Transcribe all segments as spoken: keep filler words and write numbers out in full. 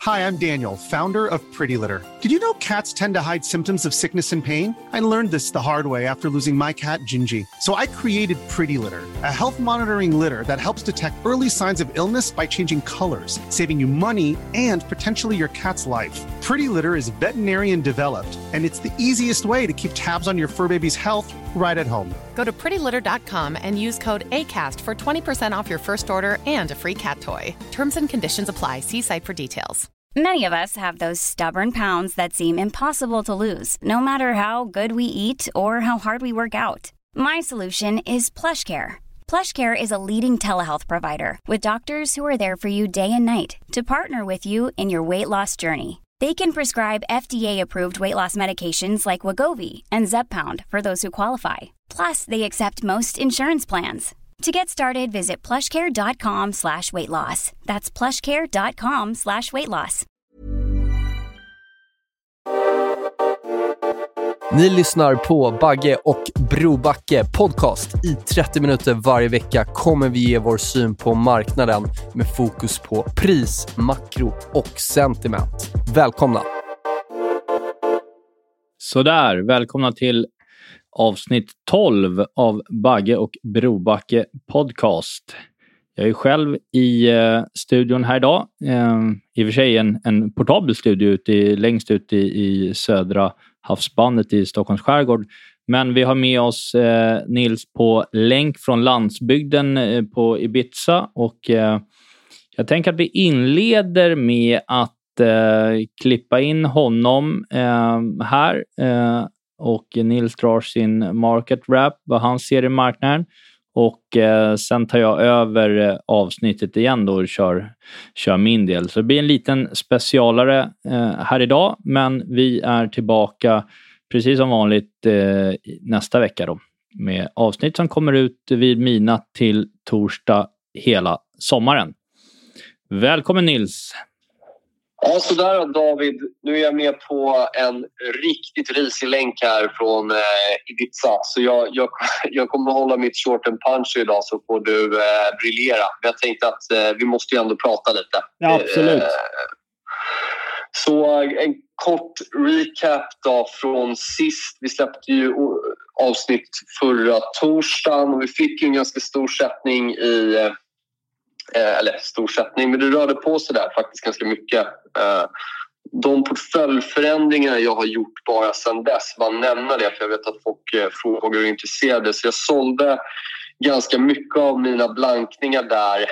Hi, I'm Daniel, founder of Pretty Litter. Did you know cats tend to hide symptoms of sickness and pain? I learned this the hard way after losing my cat, Gingy. So I created Pretty Litter, a health monitoring litter that helps detect early signs of illness by changing colors, saving you money and potentially your cat's life. Pretty Litter is veterinarian developed, and it's the easiest way to keep tabs on your fur baby's health right at home. Go to pretty litter dot com and use code ACAST for twenty percent off your first order and a free cat toy. Terms and conditions apply. See site for details. Many of us have those stubborn pounds that seem impossible to lose, no matter how good we eat or how hard we work out. My solution is PlushCare. PlushCare is a leading telehealth provider with doctors who are there for you day and night to partner with you in your weight loss journey. They can prescribe F D A-approved weight loss medications like Wegovy and Zepbound for those who qualify. Plus, they accept most insurance plans. To get started, visit plushcare.com slash weight loss. That's plushcare.com slash weight loss. Ni lyssnar på Bagge och Brobacke podcast. I trettio minuter varje vecka kommer vi ge vår syn på marknaden med fokus på pris, makro och sentiment. Välkomna! Sådär, välkomna till avsnitt tolv av Bagge och Brobacke podcast. Jag är själv i eh, studion här idag. Eh, I och för sig en, en portabel studio ute i, längst ut i, i södra havsbandet i Stockholms skärgård. Men vi har med oss eh, Nils på länk från landsbygden eh, på Ibiza. Och eh, jag tänker att vi inleder med att eh, klippa in honom eh, här. Eh, och Nils drar sin market wrap, vad han ser i marknaden. Och eh, sen tar jag över eh, avsnittet igen då och kör, kör min del. Så det blir en liten specialare eh, här idag. Men vi är tillbaka precis som vanligt eh, nästa vecka då. Med avsnitt som kommer ut vid midnatt till torsdag hela sommaren. Välkommen Nils! Ja, sådär då, David. Nu är jag med på en riktigt risig länk här från eh, Ibiza. Så jag, jag, jag kommer att hålla mitt short and punch idag så får du eh, briljera. Jag tänkte att eh, vi måste ju ändå prata lite. Ja, absolut. Eh, så en kort recap då från sist. Vi släppte ju avsnitt förra torsdagen och vi fick ju en ganska stor sättning i... Eh, eller stor sättning, men det rörde på sig där faktiskt ganska mycket. De portföljförändringar jag har gjort bara sedan dess, bara nämna det för jag vet att folk frågar och är intresserade. Så jag sålde ganska mycket av mina blankningar där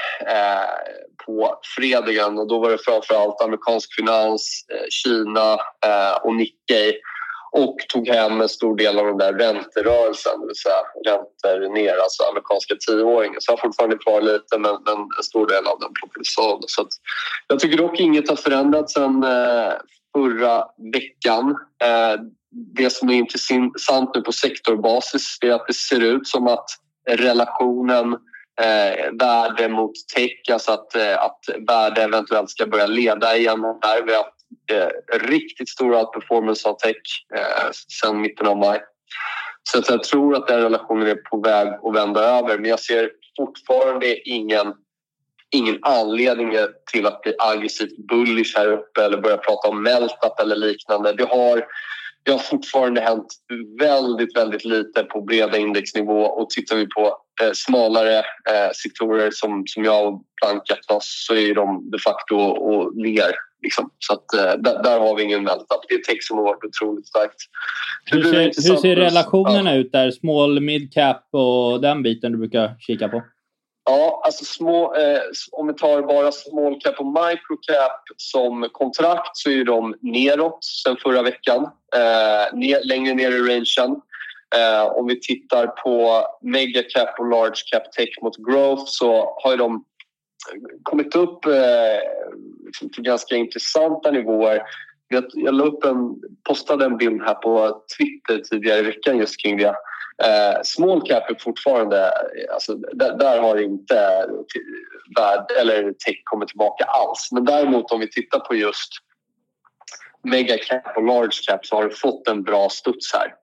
på fredagen och då var det framförallt amerikansk finans, Kina och Nikkei. Och tog hem en stor del av den där ränterörelsen, det vill säga räntor ner, alltså amerikanska tioåringen. Så jag har fortfarande kvar lite, men, men en stor del av den plockades såld. Så att, jag tycker dock inget har förändrats sedan eh, förra veckan. Eh, det som är intressant nu på sektorbasis är att det ser ut som att relationen eh, värde mot tech, alltså att, eh, att värde eventuellt ska börja leda igen där. Vi har haft Eh, riktigt stor outperformance av tech eh, sedan mitten av maj. Så att jag tror att den relationen är på väg att vända över. Men jag ser fortfarande ingen, ingen anledning till att bli aggressivt bullish här uppe eller börja prata om melt-up eller liknande. Det har, det har fortfarande hänt väldigt, väldigt lite på breda indexnivå och tittar vi på eh, smalare eh, sektorer som, som jag har plankat oss så är de de facto och ner. Liksom. Så att, uh, där, där har vi ingen melt-up. Det är tech som har varit otroligt starkt. Hur ser, hur ser relationerna ja. ut där? Small, mid cap och den biten du brukar kika på? Ja, alltså små, eh, om vi tar bara small cap och micro cap som kontrakt så är de neråt sen förra veckan. Eh, ner, längre ner i rangen. Eh, om vi tittar på mega cap och large cap tech mot growth så har de kommit upp eh, liksom till ganska intressanta nivåer. Jag, jag la upp en, postade en bild här på Twitter tidigare i veckan just kring det. Eh, small cap är fortfarande, alltså, där, där har inte värld eller tech kommit tillbaka alls. Men däremot om vi tittar på just mega cap och large cap så har det fått en bra studs här.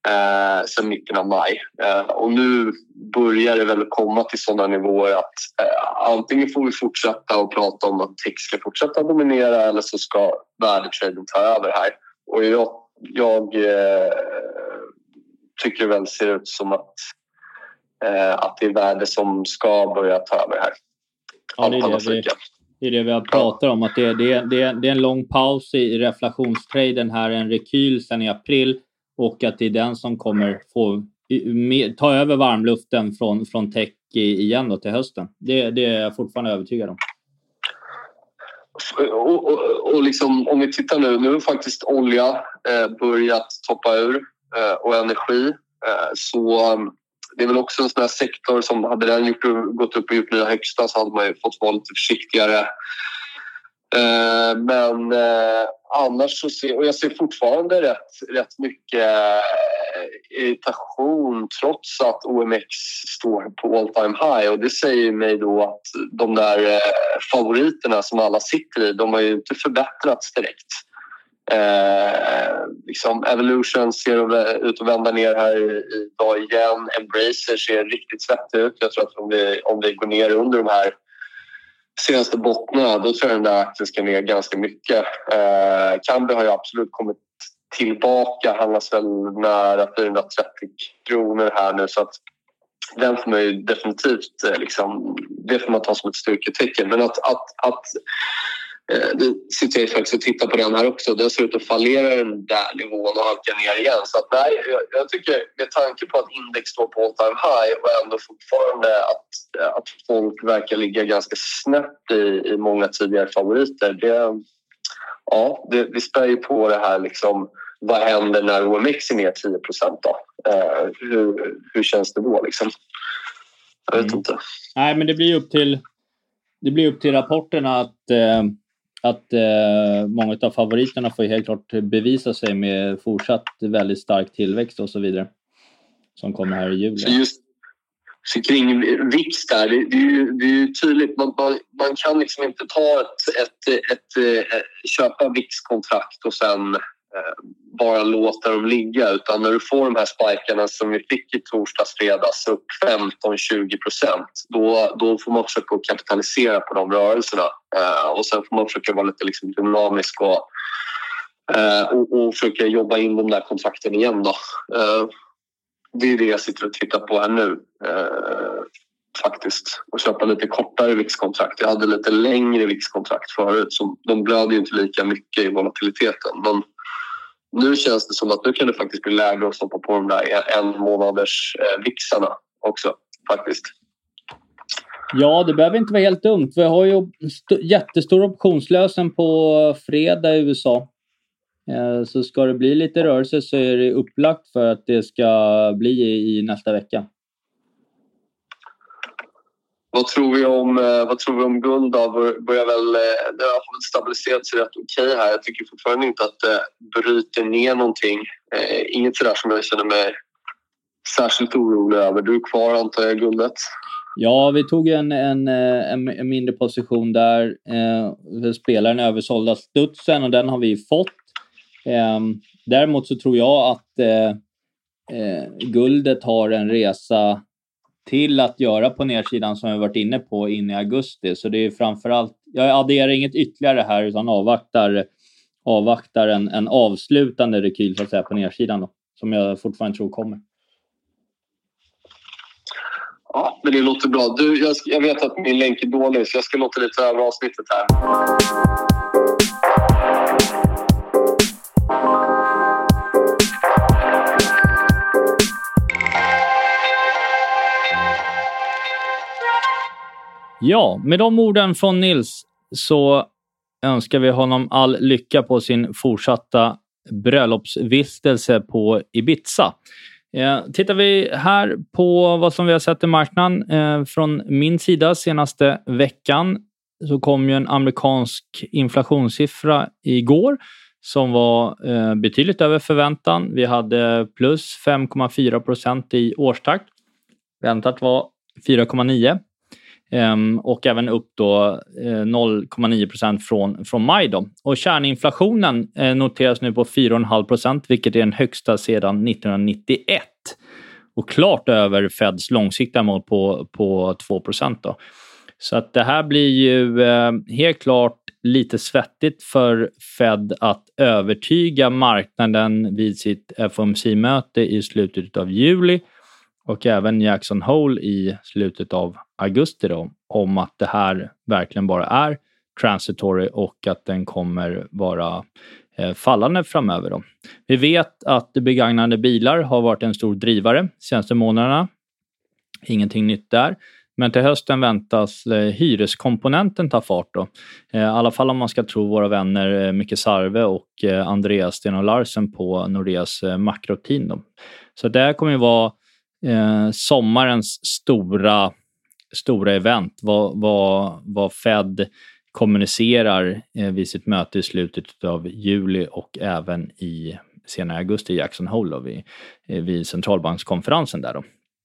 eh, sedan mitten av maj. Eh, och nu börjar det väl komma till sådana nivåer att eh, antingen får vi fortsätta och prata om att tech ska fortsätta dominera eller så ska värdetraden ta över här. Och jag, jag eh, tycker väl ser ut som att, eh, att det är värde som ska börja ta över här. Ja, det är det, vi, det är det vi har pratat om. Att det, det, det, det är en lång paus i reflationstraden här, en rekyl sedan i april. Och att det är den som kommer få med, ta över varmluften från, från tech igen då till hösten. Det, det är jag fortfarande övertygad om. Och, och, och liksom, om vi tittar nu, nu har faktiskt olja eh, börjat toppa ur eh, och energi. Eh, så um, det är väl också en sån här sektor som hade den gjort, gått upp och gjort nya högsta så hade man ju fått vara lite försiktigare. Eh, men eh, annars så ser, och jag ser fortfarande rätt, rätt mycket irritation trots att O M X står på all time high, och det säger mig då att de där eh, favoriterna som alla sitter i, de har ju inte förbättrats direkt. Eh, liksom Evolution ser ut att vända ner här idag igen. Embracer ser riktigt svettig ut. Jag tror att om vi, om vi går ner under de här senaste bottnarna, då tror jag den där aktien ska ner ganska mycket. Eh, Kambi har ju absolut kommit tillbaka, handlas väl nära fyrahundratrettio kronor här nu, så att den får man ju definitivt liksom, det får man ta som ett styrketecken. Men att, att, att det sitter jag faktiskt och tittar på den här också. Den ser ut att fallera den där nivån och halka ner igen. Så att nej, jag, jag tycker med tanke på att index står på all time high och ändå fortfarande att, att folk verkar ligga ganska snett i, i många tidigare favoriter. Det, ja, det, vi spär ju på det här liksom, vad händer när O M X är ner tio procent då? Eh, hur, hur känns det då liksom? Jag vet mm. inte. Nej, men det blir upp till det blir upp till rapporterna att eh... att eh, många av favoriterna får helt klart bevisa sig med fortsatt väldigt stark tillväxt och så vidare som kommer här i juli. Så just så kring V I X där, det, det, är ju, det är ju tydligt. Man, man, man kan liksom inte ta ett, ett, ett, ett, ett köpa V I X-kontrakt och sen eh, bara låta dem ligga, utan när du får de här spikarna som vi fick i torsdags, fredags upp femton till tjugo procent, då, då får man försöka kapitalisera på de rörelserna eh, och sen får man försöka vara lite liksom dynamisk och, eh, och, och försöka jobba in de där kontrakten igen då. Eh, det är det jag sitter och tittar på här nu eh, faktiskt, och köpa lite kortare V I X-kontrakt. Jag hade lite längre V I X-kontrakt förut, så de blöder ju inte lika mycket i volatiliteten, men nu känns det som att nu kan det faktiskt bli läge att stoppa på de där en månaders eh, vixarna också faktiskt. Ja, det behöver inte vara helt dumt. Vi har ju st- jättestor optionslösen på fredag i U S A. Eh, så ska det bli lite rörelse så är det upplagt för att det ska bli i, i nästa vecka. Vad tror vi om, vad tror vi om guld då? Börjar väl, det har väl stabiliserat sig rätt okej här. Jag tycker fortfarande inte att det bryter ner någonting. Inget sådär som jag känner mig särskilt orolig över. Du är kvar, antar jag, guldet? Ja, vi tog en, en, en, en mindre position där. Eh, spelar den översålda studsen och den har vi fått. Eh, däremot så tror jag att eh, eh, guldet har en resa till att göra på nedsidan som vi varit inne på in i augusti. Så det är framförallt, jag adderar inget ytterligare här utan avvaktar, avvaktar en, en avslutande rekyl så att säga på nedsidan då, som jag fortfarande tror kommer. Ja, men det låter bra. Du, jag, jag vet att min länk är dålig så jag ska låta lite över avsnittet här. Ja, med de orden från Nils så önskar vi honom all lycka på sin fortsatta bröllopsvistelse på Ibiza. Eh, tittar vi här på vad som vi har sett i marknaden eh, från min sida senaste veckan, så kom ju en amerikansk inflationssiffra igår som var eh, betydligt över förväntan. Vi hade plus fem komma fyra procent i årstakt. Väntat var fyra komma nio. Um, och även upp då uh, noll komma nio procent från, från maj då. Och kärninflationen uh, noteras nu på fyra komma fem procent, vilket är den högsta sedan nittonhundranittioett. Och klart över Feds långsiktiga mål på, på två procent då. Så att det här blir ju uh, helt klart lite svettigt för Fed att övertyga marknaden vid sitt F O M C-möte i slutet av juli. Och även Jackson Hole i slutet av augusti då, om att det här verkligen bara är transitory och att den kommer vara eh, fallande framöver då. Vi vet att begagnade bilar har varit en stor drivare senaste månaderna. Ingenting nytt där. Men till hösten väntas eh, hyreskomponenten ta fart då. Eh, I alla fall om man ska tro våra vänner eh, Micke Sarve och eh, Andreas Sten och Larsen på Nordeas eh, makroteam då. Så det här kommer ju vara Eh, sommarens stora, stora event. Vad, vad, vad Fed kommunicerar eh, vid sitt möte i slutet av juli och även i senare augusti i Jackson Hole då, vid, eh, vid centralbankskonferensen där då.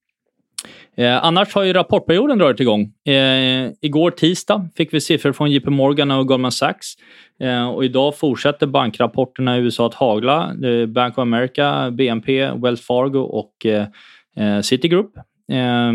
Eh, annars har ju rapportperioden dragit igång. Eh, igår tisdag fick vi siffror från J P Morgan och Goldman Sachs. Eh, och idag fortsätter bankrapporterna i U S A att hagla. Eh, Bank of America, B N P, Wells Fargo och eh, Citigroup. Eh,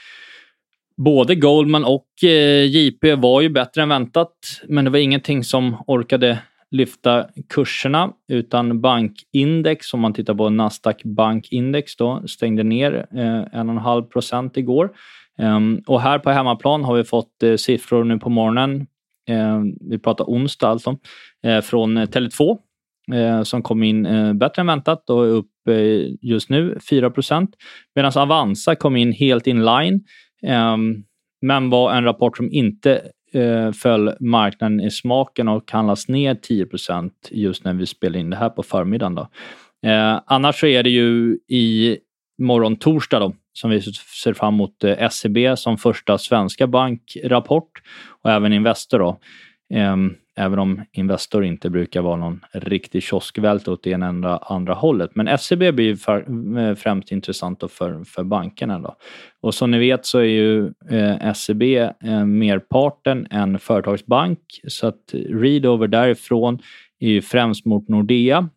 både Goldman och eh, J P var ju bättre än väntat, men det var ingenting som orkade lyfta kurserna, utan bankindex, om man tittar på Nasdaq bankindex då, stängde ner eh, en och en halv procent igår. Eh, och här på hemmaplan har vi fått eh, siffror nu på morgonen. Eh, vi pratar onsdag alltså, eh, från eh, Tele två. Eh, som kom in eh, bättre än väntat och är upp eh, just nu fyra procent. Medan Avanza kom in helt in line. Eh, men var en rapport som inte eh, föll marknaden i smaken och handlas ner tio procent just när vi spelar in det här på förmiddagen då. Eh, annars så är det ju i morgon torsdag då, som vi ser fram emot eh, S E B som första svenska bankrapport och även Investor då. Eh, Även om Investor inte brukar vara någon riktig kioskvält åt det ena andra, andra hållet. Men S E B blir för, främst intressant för, för bankerna då. Och som ni vet så är ju eh, S E B eh, merparten en företagsbank. Så att readover därifrån är ju främst mot Nordea.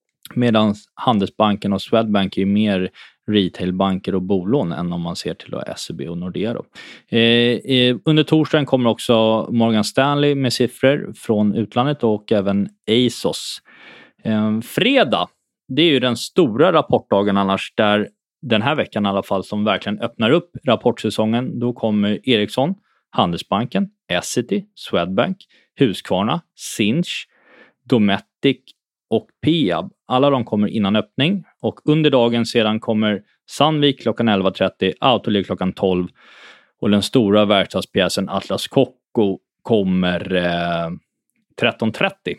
Medan Handelsbanken och Swedbank är mer retailbanker och bolån än om man ser till då S E B och Nordea då. Eh, eh, under torsdagen kommer också Morgan Stanley med siffror från utlandet och även A S O S. Eh, fredag, det är ju den stora rapportdagen annars, där den här veckan i alla fall som verkligen öppnar upp rapportsäsongen. Då kommer Ericsson, Handelsbanken, Essity, Swedbank, Husqvarna, Sinch, Dometic och Peab. Alla de kommer innan öppning, och under dagen sedan kommer Sandvik klockan elva trettio, Autoliv klockan tolv och den stora verkstadspjäsen Atlas Copco kommer eh, tretton trettio.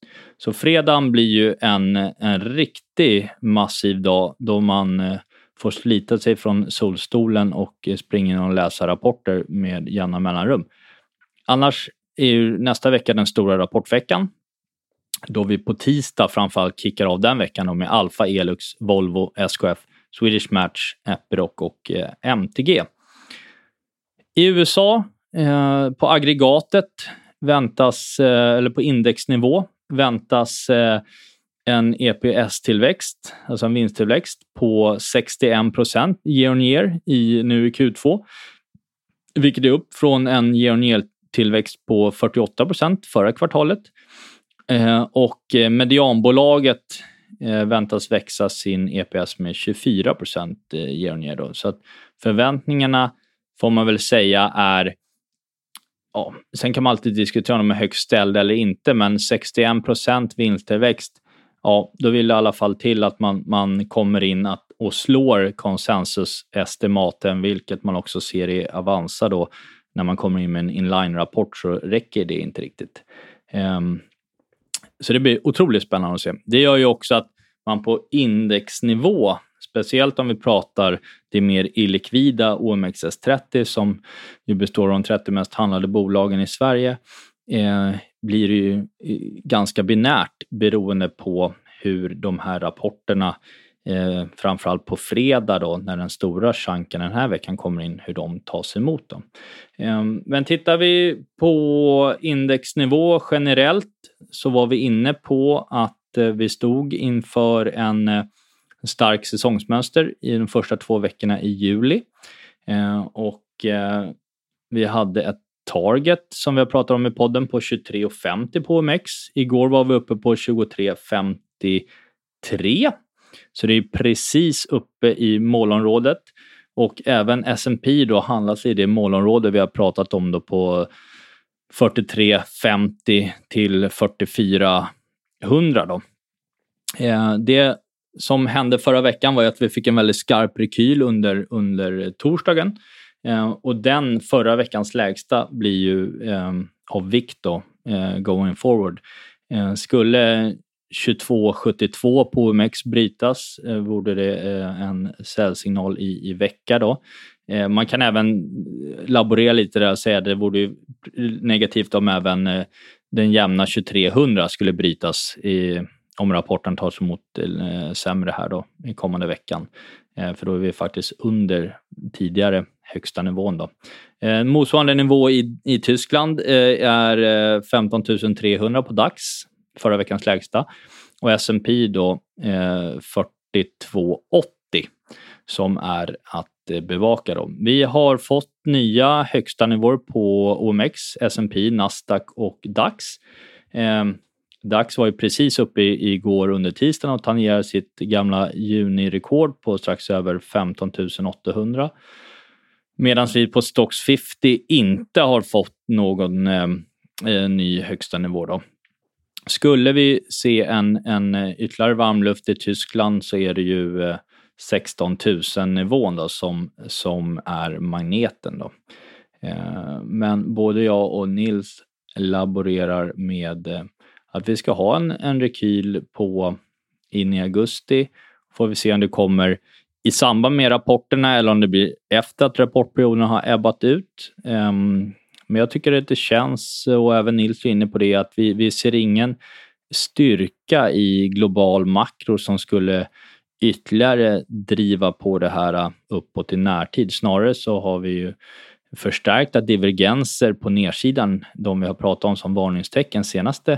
Så fredagen blir ju en, en riktig massiv dag då man eh, får slita sig från solstolen och eh, springa in och läsa rapporter med jämna mellanrum. Annars är ju nästa vecka den stora rapportveckan, då vi på tisdag framförallt kickar av den veckan med Alfa, Elux, Volvo, S K F, Swedish Match, Epiroc och eh, M T G. I U S A eh, på aggregatet väntas, eh, eller på indexnivå väntas eh, en E P S-tillväxt, alltså en vinsttillväxt på sextioen procent year on year i, nu i Q två. Vilket är upp från en year on year tillväxt på fyrtioåtta procent förra kvartalet. Eh, och medianbolaget eh, väntas växa sin E P S med tjugofyra procent eh, year on year då. Så att förväntningarna får man väl säga är, ja, sen kan man alltid diskutera om de är högst ställda eller inte, men sextioen procent vinsttillväxt, ja, då vill det i alla fall till att man, man kommer in att, och slår konsensusestimaten, vilket man också ser i Avanza då. När man kommer in med en inline-rapport så räcker det inte riktigt. Um, Så det blir otroligt spännande att se. Det gör ju också att man på indexnivå, speciellt om vi pratar det mer illikvida O M X S trettio som ju består av de trettio mest handlade bolagen i Sverige, eh, blir ju ganska binärt beroende på hur de här rapporterna eh, framförallt på fredag då, när den stora chunken den här veckan kommer in, hur de tas emot då. Eh, men tittar vi på indexnivå generellt så var vi inne på att eh, vi stod inför en eh, stark säsongsmönster i de första två veckorna i juli. Eh, och eh, vi hade ett target som vi har pratat om i podden på tjugotre femtio på O M X. Igår var vi uppe på tjugotre femtiotre. Så det är precis uppe i målområdet. Och även S and P då handlas i det målområde vi har pratat om då på fyrtiotre femtio till fyrtiofyra hundra då. Eh, det som hände förra veckan var ju att vi fick en väldigt skarp rekyl under, under torsdagen. Eh, och den förra veckans lägsta blir ju eh, av vikt då, eh, going forward. Eh, skulle tjugotvå sjuttiotvå på O M X brytas eh, vore det eh, en säljsignal i, i vecka då. Eh, man kan även laborera lite där och säga att det vore ju negativt om även eh, den jämna tjugotre hundra skulle brytas i, om rapporten tas emot eh, sämre här då i kommande veckan. Eh, för då är vi faktiskt under tidigare högsta nivån då. Eh, motsvarande nivå i, i Tyskland eh, är eh, femton tusen trehundra på DAX, förra veckans lägsta. Och S and P då eh, fyrtiotvå åttio som är att eh, bevaka då. Vi har fått nya högsta nivåer på O M X, S and P, Nasdaq och DAX. Eh, DAX var ju precis uppe i, igår under tisdagen och tangerar sitt gamla junirekord på strax över femton tusen åttahundra. Medan vi på Stoxx femtio inte har fått någon eh, ny högsta nivå då. Skulle vi se en, en ytterligare varmluft i Tyskland så är det ju eh, sexton tusen nivån då som, som är magneten då. Eh, men både jag och Nils laborerar med eh, att vi ska ha en, en rekyl på in i augusti. Får vi se om det kommer i samband med rapporterna eller om det blir efter att rapportperioden har ebbat ut. Um, men jag tycker att det känns, och även Nils är inne på det, att vi, vi ser ingen styrka i global makro som skulle ytterligare driva på det här uppåt i närtid. Snarare så har vi ju förstärkta divergenser på nedsidan, de vi har pratat om som varningstecken senaste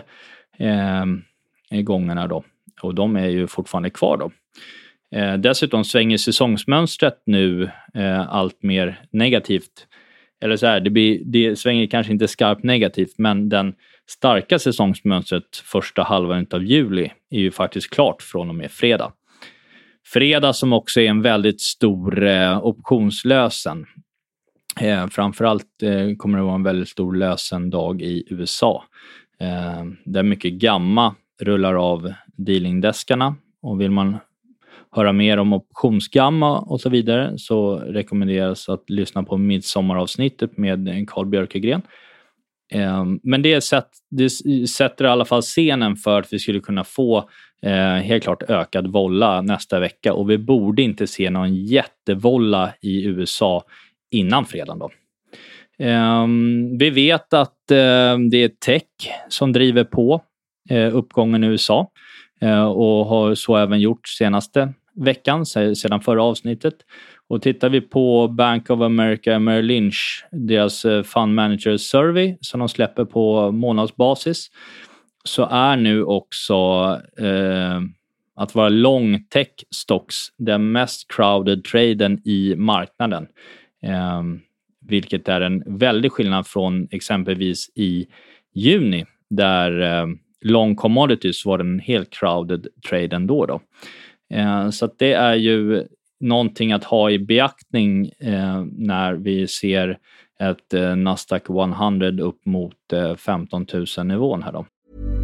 eh, gångerna då. Och de är ju fortfarande kvar då. Eh, dessutom svänger säsongsmönstret nu eh, allt mer negativt. Eller så här, det, blir, det svänger kanske inte skarpt negativt, men den starka säsongsmönstret första halvan av juli är ju faktiskt klart från och med fredag. Fredag som också är en väldigt stor eh, optionslösen. Eh, framförallt eh, kommer det vara en väldigt stor lösendag i U S A. Eh, där mycket gamma rullar av dealingdeskarna, och vill man höra mer om optionsgamma och så vidare så rekommenderas att lyssna på midsommaravsnittet med Carl Björkegren. Eh, men det, är sätt, det sätter i alla fall scenen för att vi skulle kunna få eh, helt klart ökad volla nästa vecka, och vi borde inte se någon jättevolla i U S A innan fredagen då. Eh, vi vet att eh, det är tech som driver på eh, uppgången i U S A eh, och har så även gjort senaste veckan sedan förra avsnittet. Och tittar vi på Bank of America Merrill Lynch, deras eh, Fund Manager Survey som de släpper på månadsbasis, så är nu också eh, att vara long tech stocks den mest crowded traden i marknaden. Eh, vilket är en väldig skillnad från exempelvis i juni där eh, long commodities var en helt crowded trade ändå då. Eh, så att det är ju någonting att ha i beaktning eh, när vi ser ett eh, Nasdaq hundra upp mot eh, femton tusen nivån här då.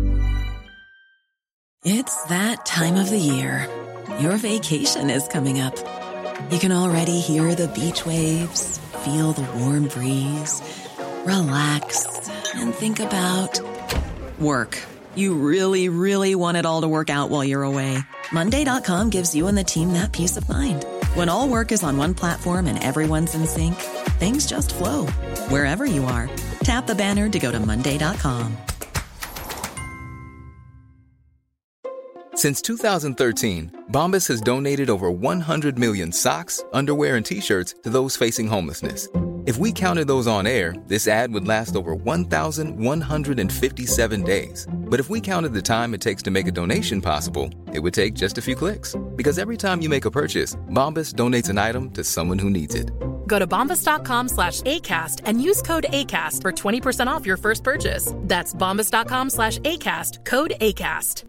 It's that time of the year. Your vacation is coming up. You can already hear the beach waves, feel the warm breeze, relax and think about work. You really, really want it all to work out while you're away. Monday dot com gives you and the team that peace of mind. When all work is on one platform and everyone's in sync, things just flow. Wherever you are, tap the banner to go to Monday dot com. Since two thousand thirteen, Bombas has donated over one hundred million socks, underwear, and T-shirts to those facing homelessness. If we counted those on air, this ad would last over one thousand one hundred fifty-seven days. But if we counted the time it takes to make a donation possible, it would take just a few clicks. Because every time you make a purchase, Bombas donates an item to someone who needs it. Go to bombas.com slash ACAST and use code ACAST for twenty percent off your first purchase. That's bombas.com slash ACAST, code ACAST.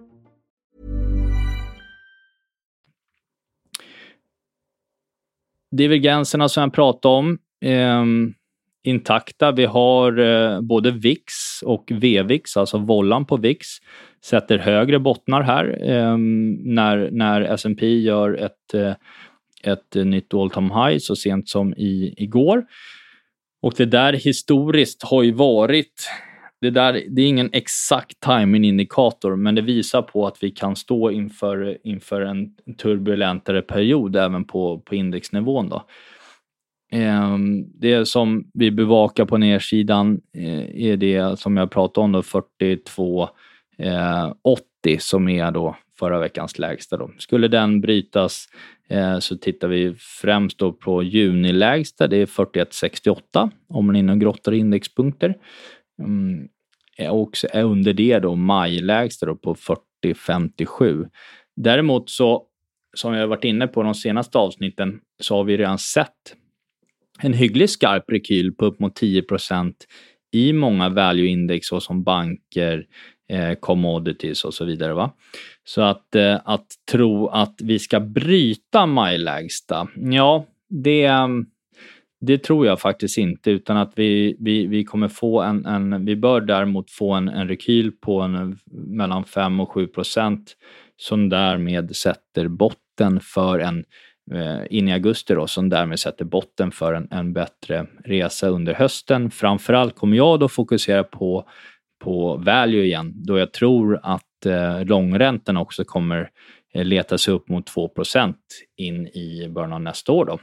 Divergenserna som jag pratade om eh, intakta. Vi har eh, både V I X och V V I X, alltså vollan på V I X sätter högre bottnar här eh, när, när S and P gör ett, eh, ett nytt all time high så sent som i, igår. Och det där historiskt har ju varit, det där, det är ingen exakt timing-indikator, men det visar på att vi kan stå inför, inför en turbulentare period även på, på indexnivån då. Eh, det som vi bevakar på nedsidan eh, är det som jag pratade om då, fyrtiotvå åttio som är då förra veckans lägsta då. Skulle den brytas eh, så tittar vi främst då på junilägsta, det är fyrtioett sextioåtta om man är inne och grottar indexpunkter. Mm, och är under det då majlägsta då på fyrtio femtiosju. Däremot så, som jag har varit inne på de senaste avsnitten, så har vi redan sett en hygglig skarp rekyl på upp mot tio procent i många value-index som banker, eh, commodities och så vidare, va? Så att, eh, att tro att vi ska bryta majlägsta, ja, det, det tror jag faktiskt inte, utan att vi, vi, vi kommer få en, en vi bör däremot få en, en rekyl på en, mellan fem och sju procent som därmed sätter botten för en in i augusti då, som därmed sätter botten för en, en bättre resa under hösten. Framförallt kommer jag då fokusera på, på value igen, då jag tror att eh, långräntan också kommer eh, leta sig upp mot två procent in i början av nästa år då.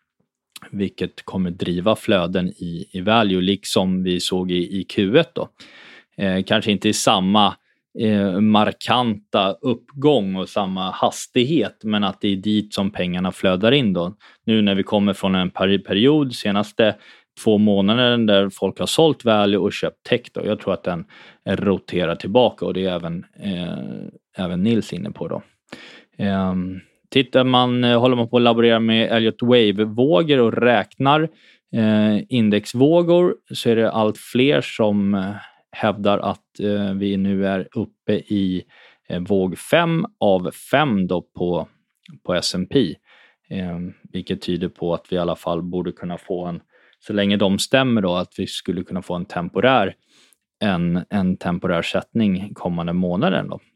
Vilket kommer driva flöden i, i value, liksom vi såg i, i Q ett då. Eh, kanske inte i samma Eh, markanta uppgång och samma hastighet, men att det är dit som pengarna flödar in då. Nu när vi kommer från en peri- period senaste två månader där folk har sålt value och köpt tech då. Jag tror att den roterar tillbaka, och det är även, eh, även Nils inne på då. Eh, tittar man, håller man på att laborera med Elliott Wave-vågor och räknar eh, indexvågor, så är det allt fler som eh, hävdar att eh, vi nu är uppe i eh, våg fem av fem då på, på S and P. Eh, vilket tyder på att vi i alla fall borde kunna få en, så länge de stämmer då, att vi skulle kunna få en temporär en, en temporär sättning kommande månaden då.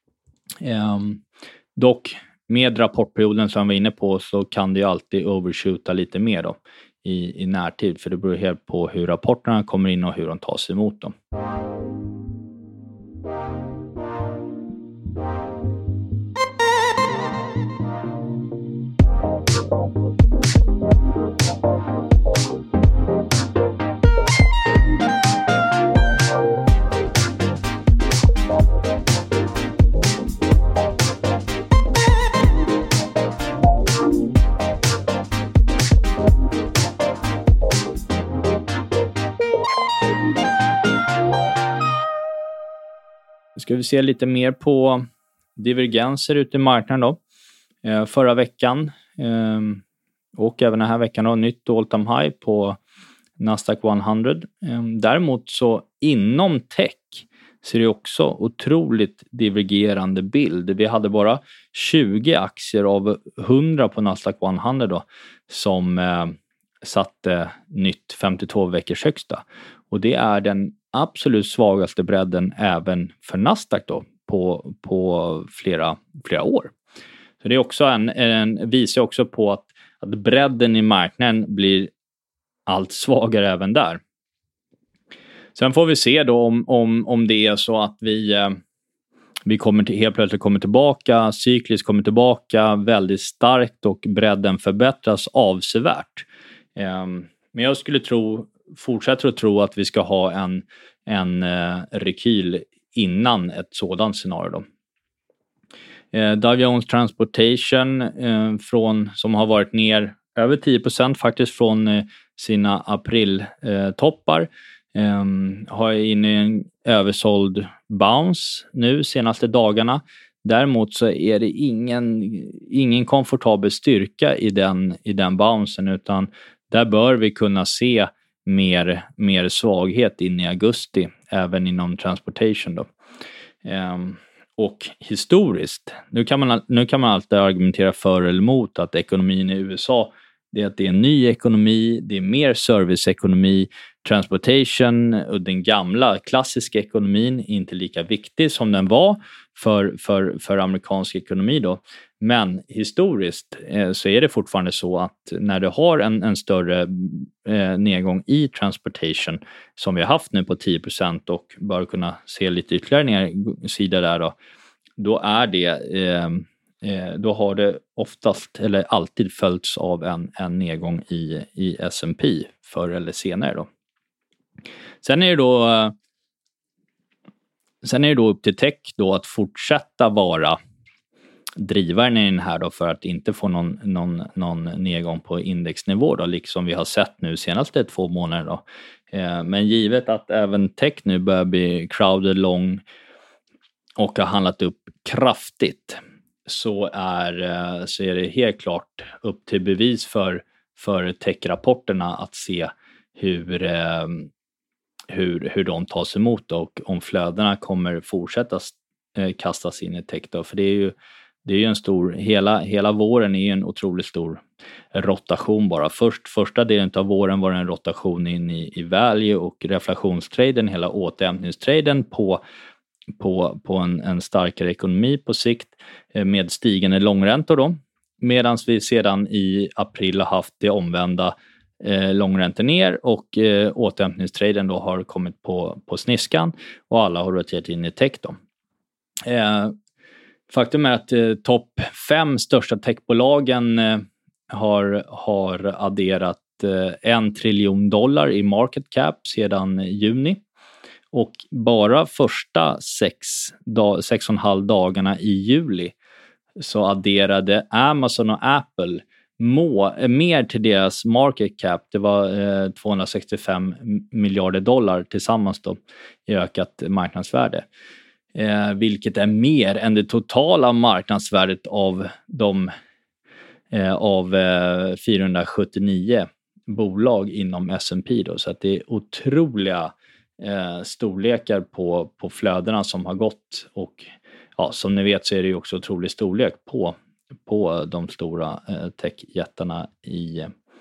Eh, dock med rapportperioden som vi var inne på, så kan det ju alltid overshoota lite mer då i, i närtid, för det beror helt på hur rapporterna kommer in och hur de tas emot dem. Ska vi se lite mer på divergenser ute i marknaden då. Eh, förra veckan eh, och även den här veckan då, nytt all time high på Nasdaq hundra. Eh, däremot så inom tech ser det också otroligt divergerande bild. Vi hade bara tjugo aktier av hundra på Nasdaq hundra då som eh, satte nytt femtiotvå veckors högsta. Och det är den absolut svagaste bredden även för Nasdaq då på, på flera, flera år. Så det är också en, en visar också på att, att bredden i marknaden blir allt svagare även där. Sen får vi se då om, om, om det är så att vi, eh, vi kommer till, helt plötsligt kommer tillbaka, cykliskt kommer tillbaka väldigt starkt och bredden förbättras avsevärt. Eh, men jag skulle tro fortsätter att tro att vi ska ha en, en uh, rekyl innan ett sådant scenario då. Eh, Dow Jones Transportation eh, från, som har varit ner över tio procent faktiskt från eh, sina apriltoppar. Eh, har inne i en översåld bounce nu senaste dagarna. Däremot så är det ingen, ingen komfortabel styrka i den, i den bouncen, utan där bör vi kunna se mer, mer svaghet in i augusti, även inom transportation då. Um, och historiskt, nu kan, man, nu kan man alltid argumentera för eller emot att ekonomin i U S A, det är att det är en ny ekonomi, det är mer serviceekonomi, transportation och den gamla klassiska ekonomin är inte lika viktig som den var för, för, för amerikansk ekonomi då. Men historiskt eh, så är det fortfarande så att när du har en, en större eh, nedgång i transportation som vi har haft nu på tio procent och bör kunna se lite ytterligare nedsida där då, då är det eh, eh, då har det oftast eller alltid följts av en, en nedgång i, i S and P förr eller senare då. Sen är det då eh, sen är det då upp till tech då att fortsätta vara drivaren i den här då, för att inte få någon, någon, någon nedgång på indexnivå då, liksom vi har sett nu senaste två månader då. Eh, men givet att även tech nu börjar bli crowded long och har handlat upp kraftigt, så är, eh, så är det helt klart upp till bevis för, för tech-rapporterna att se hur, eh, hur, hur de tas emot då, och om flödena kommer fortsätta eh, kastas in i tech då, för det är ju Det är ju en stor, hela, hela våren är en otroligt stor rotation bara. Först, första delen av våren var det en rotation in i, i value och reflationstraden, hela återhämtningstraden på, på, på en, en starkare ekonomi på sikt med stigande långräntor då. Medan vi sedan i april har haft det omvända, eh, långräntor ner och eh, återhämtningstraden då har kommit på, på sniskan och alla har roterat in i tech då. Eh, Faktum är att eh, topp fem största techbolagen eh, har, har adderat eh, en triljon dollar i market cap sedan juni. Och bara första sex, dag, sex och en halv dagarna i juli så adderade Amazon och Apple må, eh, mer till deras market cap. Det var eh, tvåhundrasextiofem miljarder dollar tillsammans då i ökat marknadsvärde. Eh, vilket är mer än det totala marknadsvärdet av de eh, av eh, fyrahundrasjuttionio bolag inom S and P då, så att det är otroliga eh, storlekar på, på flödena som har gått, och ja, som ni vet så är det ju också otrolig storlek på, på de stora eh, techjättarna i,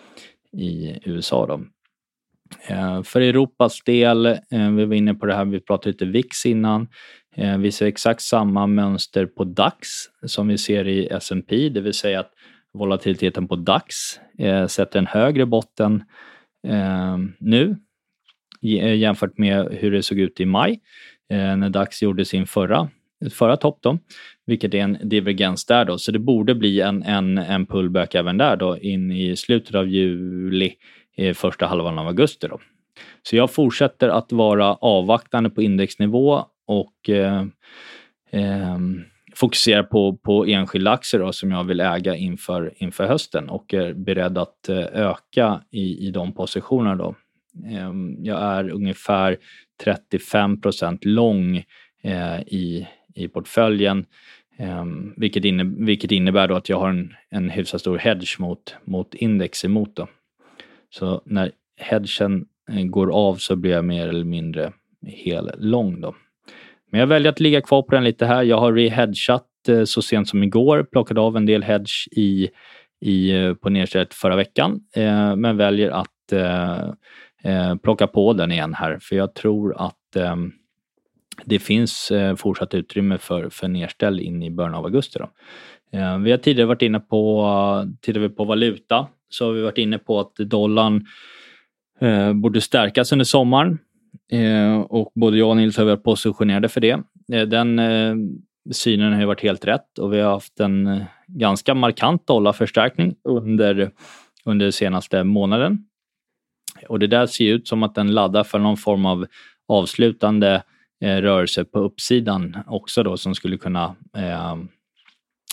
i U S A då. Eh, för Europas del, eh, vi var inne på det här, vi pratade lite V I X innan. Eh, vi ser exakt samma mönster på DAX som vi ser i S and P, det vill säga att volatiliteten på DAX eh, sätter en högre botten eh, nu jämfört med hur det såg ut i maj eh, när DAX gjorde sin förra, förra topp då, vilket är en divergens där då, så det borde bli en, en, en pullback även där då in i slutet av juli, eh, första halvan av augusti då. Så jag fortsätter att vara avvaktande på indexnivå och eh, eh, fokusera på, på enskilda aktier då, som jag vill äga inför, inför hösten, och är beredd att eh, öka i, i de positionerna då. Eh, jag är ungefär trettiofem procent lång eh, i, i portföljen, eh, vilket, inne, vilket innebär då att jag har en, en hyfsat stor hedge mot, mot index emot då. Så när hedgen går av så blir jag mer eller mindre hel lång då. Men jag väljer att ligga kvar på den lite här. Jag har rehedgat eh, så sent som igår. Plockade av en del hedge i, i, på nedstället förra veckan. Eh, men väljer att eh, eh, plocka på den igen här. För jag tror att eh, det finns eh, fortsatt utrymme för, för nedställ in i början av augusti då. Eh, vi har tidigare varit inne på, tittar vi på valuta, så har vi varit inne på att dollarn eh, borde stärkas under sommaren. Eh, och både jag och Nils har varit positionerade för det. Eh, den eh, synen har ju varit helt rätt, och vi har haft en eh, ganska markant dollarförstärkning under, under senaste månaden. Och det där ser ut som att den laddar för någon form av avslutande eh, rörelse på uppsidan också då, som skulle kunna eh,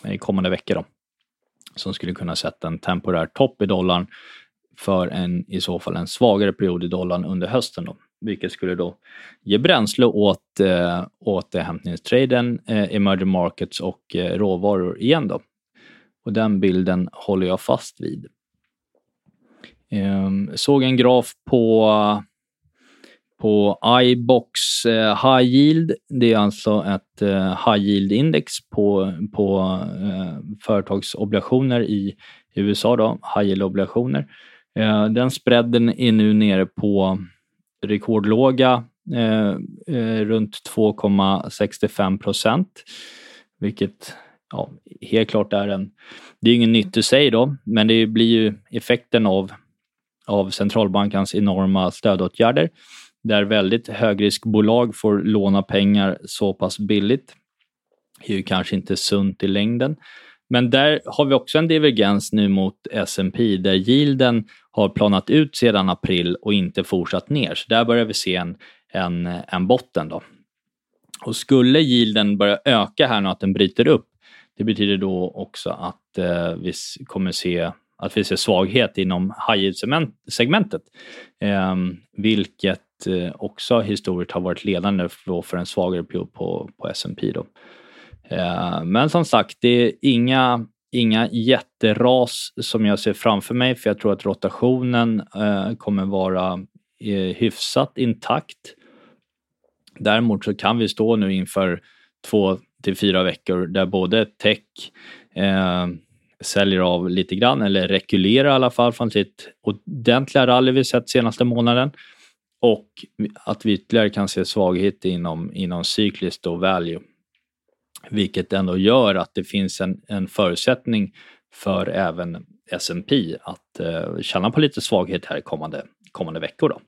i kommande veckor då, som skulle kunna sätta en temporär topp i dollarn för en i så fall en svagare period i dollarn under hösten då, vilket skulle då ge bränsle åt eh, återhämtningstraden, eh, emerging markets och eh, råvaror igen då. Och den bilden håller jag fast vid. Eh, såg en graf på på iBox eh, High Yield. Det är alltså ett eh, High Yield index på, på eh, företagsobligationer i U S A då, High Yield obligationer. Eh, den spreaden är nu nere på rekordlåga eh, eh, runt två komma sextiofem procent, vilket ja, helt klart är en, det är ingen nytt i sig då, men det blir ju effekten av, av centralbankens enorma stödåtgärder, där väldigt högriskbolag får låna pengar så pass billigt. Det är ju kanske inte sunt i längden. Men där har vi också en divergens nu mot S and P, där yielden har planat ut sedan april och inte fortsatt ner. Så där börjar vi se en, en, en botten då. Och skulle yielden börja öka här nu, att den bryter upp, det betyder då också att eh, vi kommer se att vi ser svaghet inom high yield-segmentet. Eh, vilket eh, också historiskt har varit ledande för, för en svagare period på, på S and P då. Eh, men som sagt, det är inga, inga jätteras som jag ser framför mig, för jag tror att rotationen eh, kommer vara eh, hyfsat intakt. Däremot så kan vi stå nu inför två till fyra veckor där både tech eh, säljer av lite grann, eller rekylerar i alla fall från sitt ordentliga rally vi sett senaste månaden, och att vi ytterligare kan se svaghet inom, inom cykliskt och value, vilket ändå gör att det finns en, en förutsättning för även S and P att eh, känna på lite svaghet här kommande, kommande veckor då.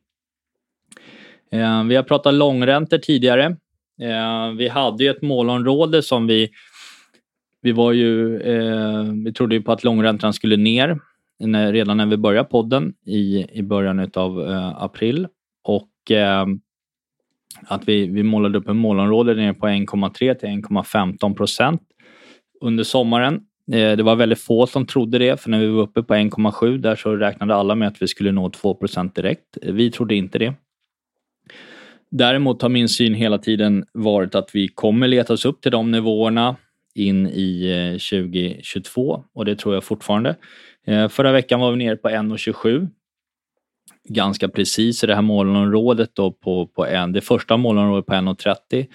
Eh, vi har pratat långräntor tidigare. Eh, vi hade ju ett målområde som vi vi var ju eh, vi trodde ju på att långräntan skulle ner när, redan när vi började podden i, i början av eh, april, och eh, att vi, vi målade upp en målområde ner på en komma tre till en komma femton procent under sommaren. Eh, det var väldigt få som trodde det, för när vi var uppe på en komma sju där så räknade alla med att vi skulle nå två procent direkt. Vi trodde inte det. Däremot har min syn hela tiden varit att vi kommer leta oss upp till de nivåerna in i tjugo tjugotvå, och det tror jag fortfarande. Eh, förra veckan var vi nere på en komma tjugosju. Ganska precis i det här målområdet då på, på en, det första målområdet på en komma trettio.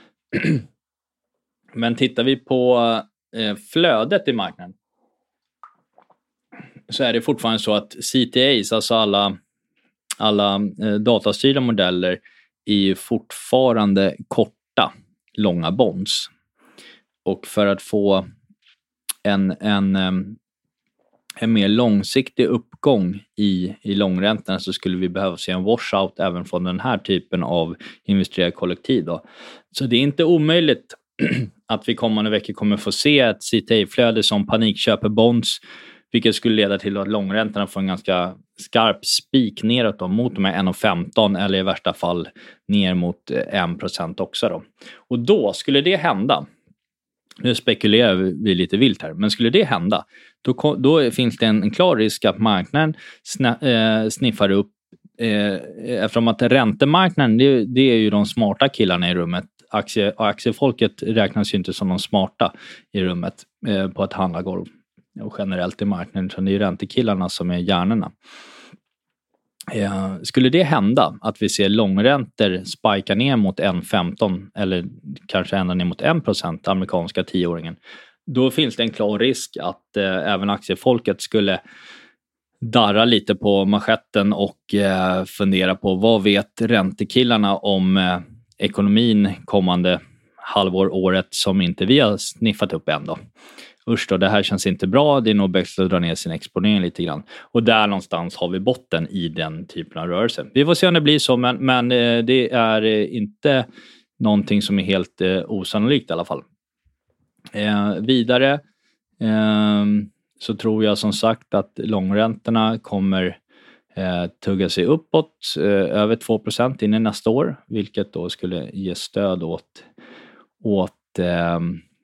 Men tittar vi på eh, flödet i marknaden, så är det fortfarande så att C T As, alltså alla, alla eh, datastyrda modeller, är ju fortfarande korta, långa bonds. Och för att få en, en, en mer långsiktig uppgång i, i långräntorna så skulle vi behöva se en washout även från den här typen av investerare kollektiv då. Så det är inte omöjligt att vi kommande veckor kommer få se ett C T A-flöde som panikköper bonds, vilket skulle leda till att långräntorna får en ganska skarp spik neråt då, mot de här en komma femton, eller i värsta fall ner mot en procent också då. Och då skulle det hända, nu spekulerar vi lite vilt här, men skulle det hända, då, då finns det en, en klar risk att marknaden sna, eh, sniffar upp, eh, eftersom att räntemarknaden, det, det är ju de smarta killarna i rummet. Aktie, aktiefolket räknas ju inte som de smarta i rummet eh, på ett handlargolv och generellt i marknaden, utan det är räntekillarna som är hjärnorna. Eh, skulle det hända att vi ser långräntor spika ner mot en komma femton eller kanske ända ner mot en procent, amerikanska tioåringen, då finns det en klar risk att eh, även aktiefolket skulle darra lite på manschetten och eh, fundera på vad vet räntekillarna om eh, ekonomin kommande halvår, året, som inte vi har sniffat upp än då. Usch då, det här känns inte bra, det är nog bäst att dra ner sin exponering lite grann. Och där någonstans har vi botten i den typen av rörelse. Vi får se om det blir så, men, men eh, det är eh, inte någonting som är helt eh, osannolikt i alla fall. Eh, vidare eh, så tror jag som sagt att långräntorna kommer eh, tugga sig uppåt eh, över två procent in i nästa år, vilket då skulle ge stöd åt, åt eh,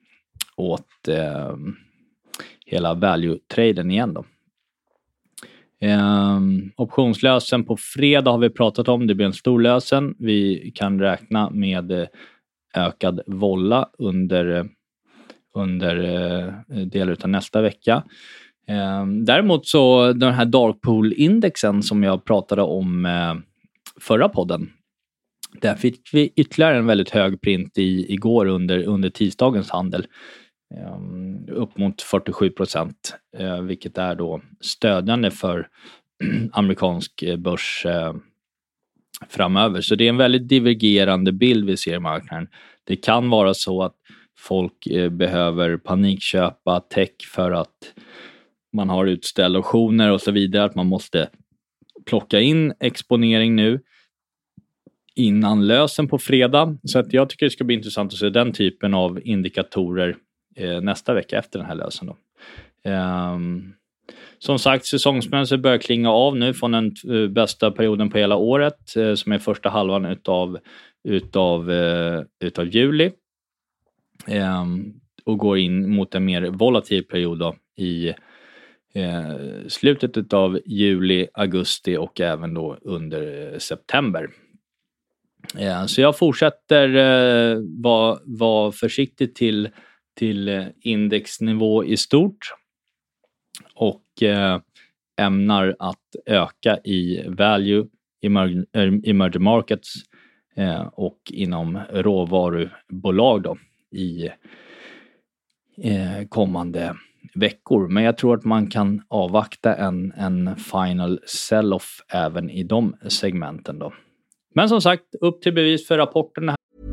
åt eh, hela value-traden igen då. Eh, optionslösen på fredag har vi pratat om. Det blir en stor lösen. Vi kan räkna med ökad volla under, under eh, del av nästa vecka. Eh, däremot så den här dark pool-indexen som jag pratade om eh, förra podden. Där fick vi ytterligare en väldigt hög print i, igår under, under tisdagens handel. Um, upp mot fyrtiosju procent. Uh, vilket är då stödjande för amerikansk börs uh, framöver. Så det är en väldigt divergerande bild vi ser i marknaden. Det kan vara så att folk uh, behöver panikköpa tech för att man har utställda optioner och så vidare. Att man måste plocka in exponering nu innan lösen på fredag. Så att jag tycker det ska bli intressant att se den typen av indikatorer eh, nästa vecka efter den här lösen då. Um, som sagt, säsongsmönstret börjar klinga av nu från den uh, bästa perioden på hela året uh, som är första halvan utav, utav, uh, utav juli. Um, och går in mot en mer volatil period då, i uh, slutet av juli, augusti och även då under uh, september. Ja, så jag fortsätter eh, vara var försiktig till, till indexnivå i stort och eh, ämnar att öka i value, emerging, emerging markets eh, och inom råvarubolag då, i eh, kommande veckor. Men jag tror att man kan avvakta en, en final sell-off även i de segmenten då. Men som sagt, upp till bevis för rapporten.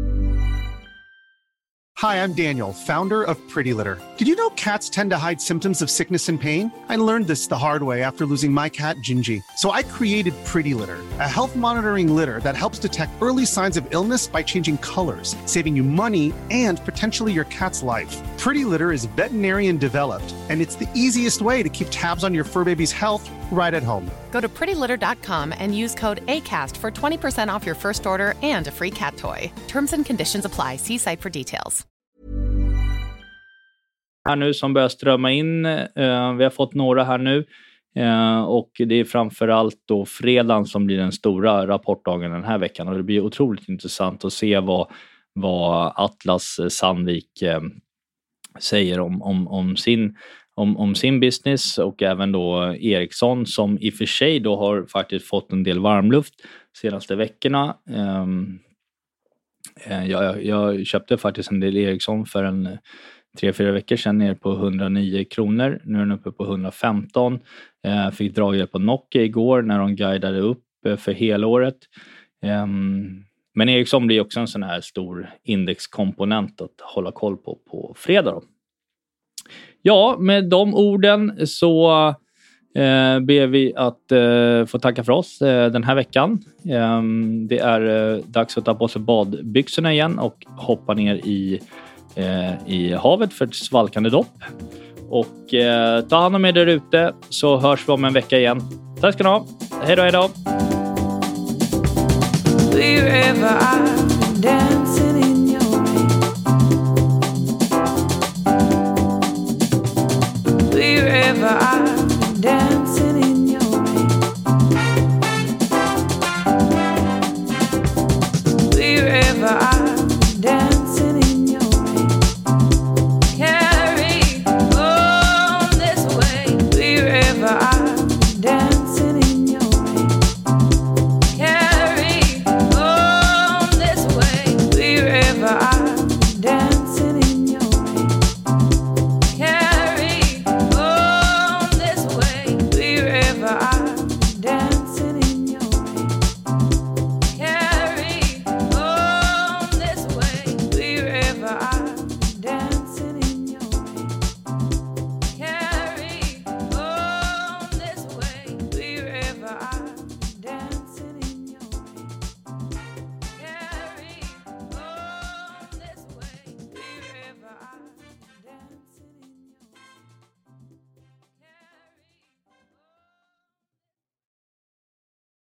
Hi, I'm Daniel, founder of Pretty Litter. Did you know cats tend to hide symptoms of sickness and pain? I learned this the hard way after losing my cat, Gingy. So I created Pretty Litter, a health monitoring litter that helps detect early signs of illness by changing colors, saving you money and potentially your cat's life. Pretty Litter is veterinarian developed, and it's the easiest way to keep tabs on your fur baby's health right at home. Go to pretty litter dot com and use code ACAST for twenty percent off your first order and a free cat toy. Terms and conditions apply. See site for details. Här nu som börjar strömma in. Uh, vi har fått några här nu. Uh, och det är framförallt då fredagen som blir den stora rapportdagen den här veckan. Och det blir otroligt intressant att se vad, vad Atlas Sandvik uh, säger om, om, om sin Om, om sin business och även då Ericsson som i och för sig då har faktiskt fått en del varmluft senaste veckorna. Um, jag, jag köpte faktiskt en del Ericsson för en tre fyra veckor sedan ner på hundranio kronor. Nu är den uppe på hundrafemton. Uh, fick draghjälp på Nokia igår när de guidade upp uh, för helåret. Um, men Ericsson blir också en sån här stor indexkomponent att hålla koll på på fredag då. Ja, med de orden så eh, ber vi att eh, få tacka för oss eh, den här veckan. Eh, det är eh, dags att ta på sig badbyxorna igen och hoppa ner i, eh, i havet för ett svalkande dopp. Och eh, ta hand om er där ute så hörs vi om en vecka igen. Tack ska ni ha. Hej då, hej då.